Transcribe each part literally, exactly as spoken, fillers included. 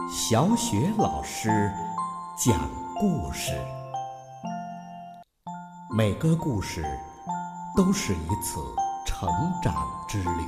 小雪老师讲故事，每个故事都是一次成长之旅。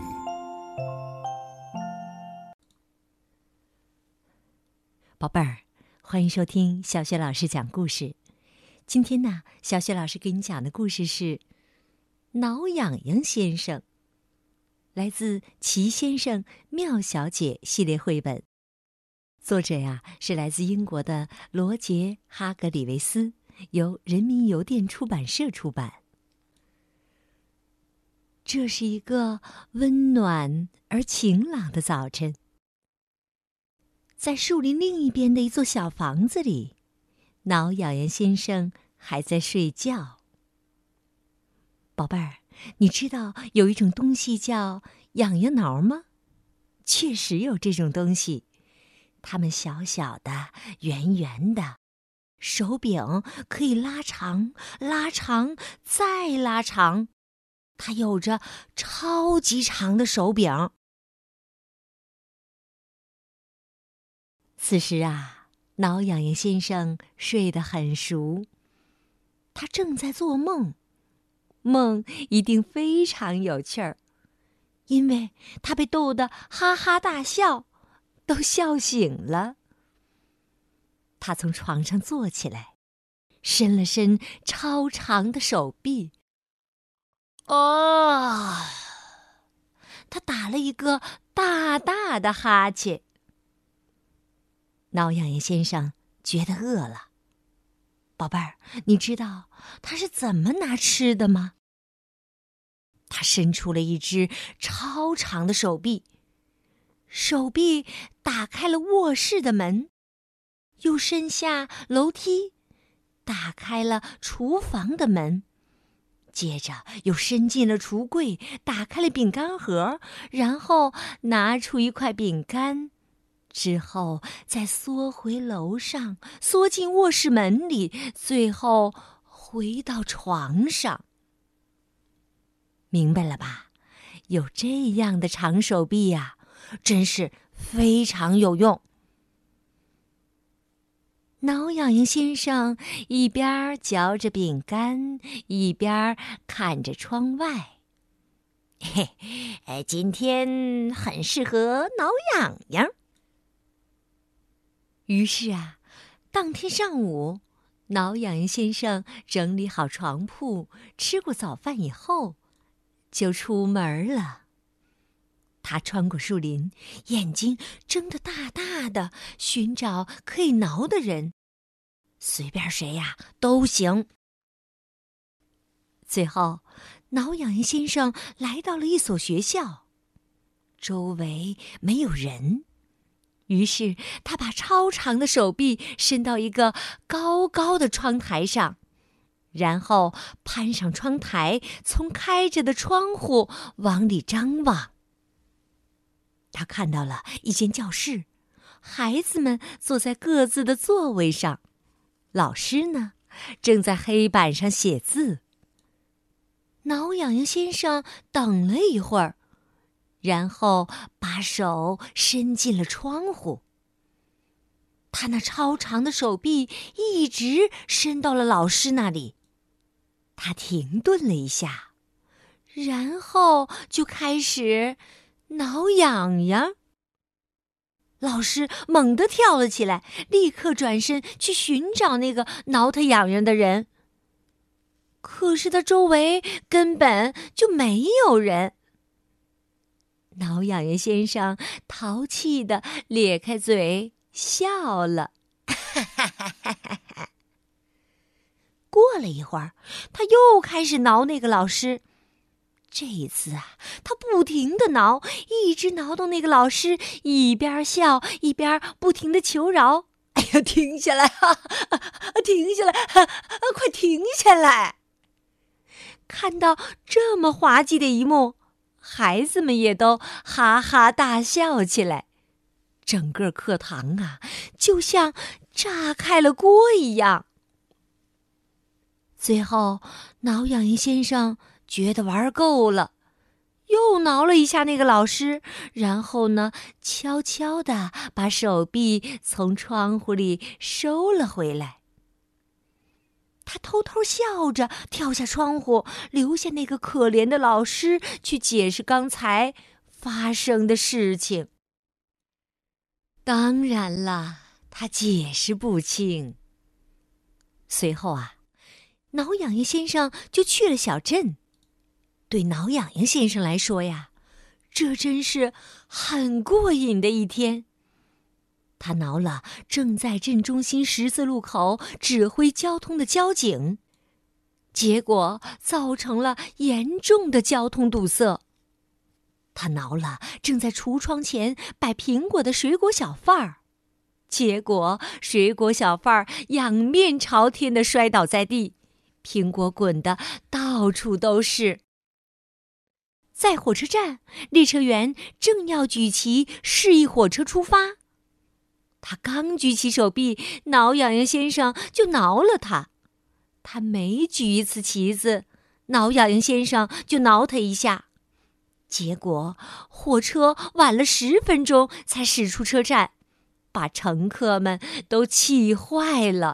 宝贝儿，欢迎收听小雪老师讲故事。今天呢，小雪老师给你讲的故事是《挠痒痒先生》，来自《奇先生妙小姐》系列绘本。作者呀是来自英国的罗杰·哈格里维斯，由人民邮电出版社出版。这是一个温暖而晴朗的早晨，在树林另一边的一座小房子里，挠痒痒先生还在睡觉。宝贝儿，你知道有一种东西叫痒痒挠吗？确实有这种东西，它们小小的、圆圆的，手柄可以拉长、拉长再拉长，它有着超级长的手柄。此时啊，挠痒痒先生睡得很熟，他正在做梦，梦一定非常有趣儿，因为他被逗得哈哈大笑，都笑醒了。他从床上坐起来，伸了伸超长的手臂。哦，他打了一个大大的哈欠。挠痒痒先生觉得饿了。宝贝儿，你知道他是怎么拿吃的吗？他伸出了一只超长的手臂，手臂打开了卧室的门，又伸下楼梯，打开了厨房的门，接着又伸进了橱柜，打开了饼干盒，然后拿出一块饼干，之后再缩回楼上，缩进卧室门里，最后回到床上。明白了吧？有这样的长手臂呀，真是非常有用。挠痒痒先生一边嚼着饼干，一边看着窗外。嘿，哎，今天很适合挠痒痒。于是啊，当天上午，挠痒痒先生整理好床铺，吃过早饭以后，就出门了。他穿过树林，眼睛睁得大大的，寻找可以挠的人，随便谁呀都行。最后，挠痒痒先生来到了一所学校，周围没有人。于是他把超长的手臂伸到一个高高的窗台上，然后攀上窗台，从开着的窗户往里张望。他看到了一间教室，孩子们坐在各自的座位上，老师呢，正在黑板上写字。挠痒痒先生等了一会儿，然后把手伸进了窗户。他那超长的手臂一直伸到了老师那里。他停顿了一下，然后就开始挠痒痒。老师猛地跳了起来，立刻转身去寻找那个挠他痒痒的人。可是他周围根本就没有人。挠痒痒先生淘气地咧开嘴笑了。过了一会儿，他又开始挠那个老师。这一次啊，他不停地挠，一直挠到那个老师一边笑一边不停地求饶。哎呀，停下来啊！停下来！啊，快停下来！看到这么滑稽的一幕，孩子们也都哈哈大笑起来。整个课堂啊，就像炸开了锅一样。最后，挠痒痒先生觉得玩够了， 又挠了一下那个老师，然后呢，悄悄地把手臂从窗户里收了回来。他偷偷笑着跳下窗户，留下那个可怜的老师去解释刚才发生的事情。当然了，他解释不清。随后啊，挠痒痒先生就去了小镇。对挠痒痒先生来说呀，这真是很过瘾的一天。他挠了正在镇中心十字路口指挥交通的交警，结果造成了严重的交通堵塞。他挠了正在橱窗前摆苹果的水果小贩儿，结果水果小贩儿仰面朝天地摔倒在地，苹果滚得到处都是。在火车站，列车员正要举旗示意火车出发，他刚举起手臂，挠痒痒先生就挠了他。他每举一次旗子，挠痒痒先生就挠他一下。结果火车晚了十分钟才驶出车站，把乘客们都气坏了。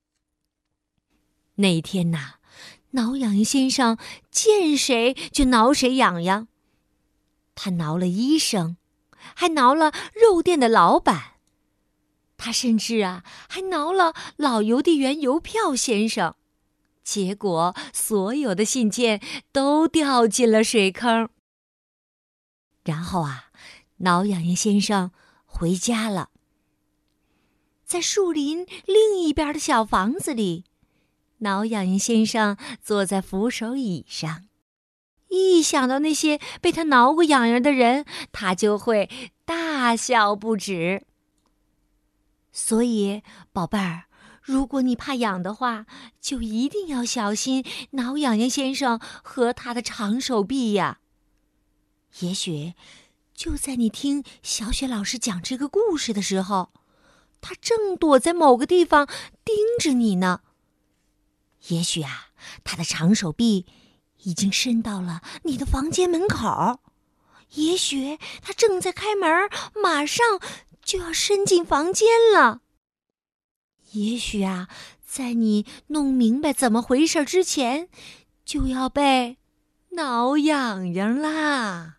那天呐，挠痒痒先生见谁就挠谁痒痒。他挠了医生，还挠了肉店的老板。他甚至啊，还挠了老邮递员邮票先生。结果所有的信件都掉进了水坑。然后啊，挠痒痒先生回家了。在树林另一边的小房子里，挠痒痒先生坐在扶手椅上。一想到那些被他挠过痒痒的人，他就会大笑不止。所以，宝贝儿，如果你怕痒的话，就一定要小心挠痒痒先生和他的长手臂呀。也许，就在你听小雪老师讲这个故事的时候，他正躲在某个地方盯着你呢。也许啊，他的长手臂已经伸到了你的房间门口。也许他正在开门，马上就要伸进房间了。也许啊，在你弄明白怎么回事之前，就要被挠痒痒啦。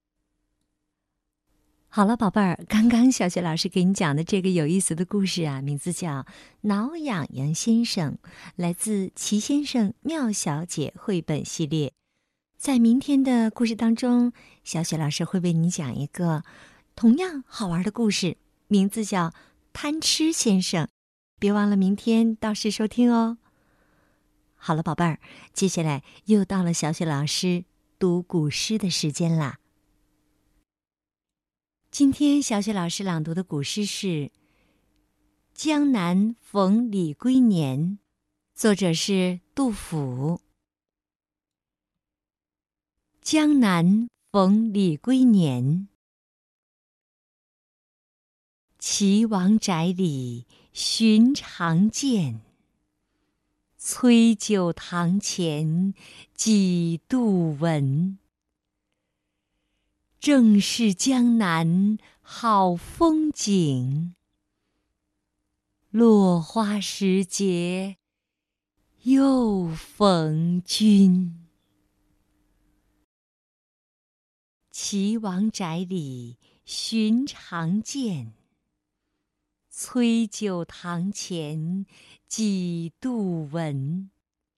好了，宝贝儿，刚刚小雪老师给你讲的这个有意思的故事啊，名字叫《挠痒痒先生》，来自齐先生妙小姐绘本系列。在明天的故事当中，小雪老师会为你讲一个同样好玩的故事，名字叫《贪吃先生》。别忘了明天到时收听哦。好了，宝贝儿，接下来又到了小雪老师读古诗的时间啦。今天小雪老师朗读的古诗是《江南逢李龟年》，作者是杜甫。江南逢李龟年，岐王宅里寻常见。崔九堂前几度闻，正是江南好风景。落花时节又逢君。岐王宅里寻常见，崔九堂前几度闻。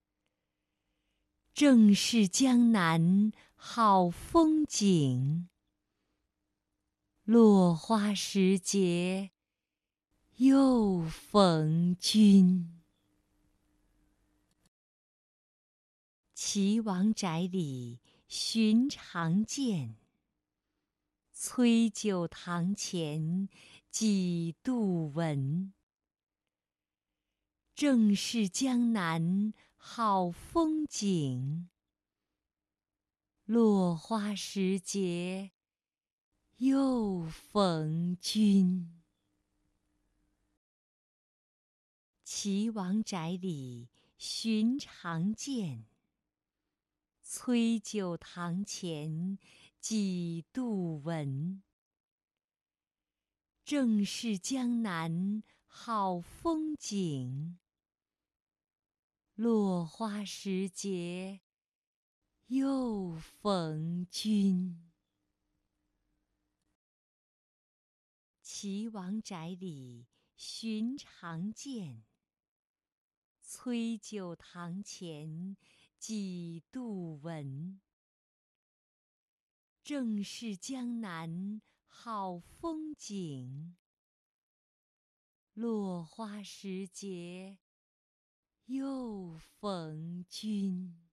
正是江南好风景。落花时节又逢君。岐王宅里寻常见，崔九堂前几度闻。正是江南好风景。落花时节又逢君。岐王宅里寻常见，崔九堂前几度闻。正是江南好风景，落花时节又逢君。岐王宅里寻常见，崔九堂前几度闻。正是江南好风景，落花时节又逢君。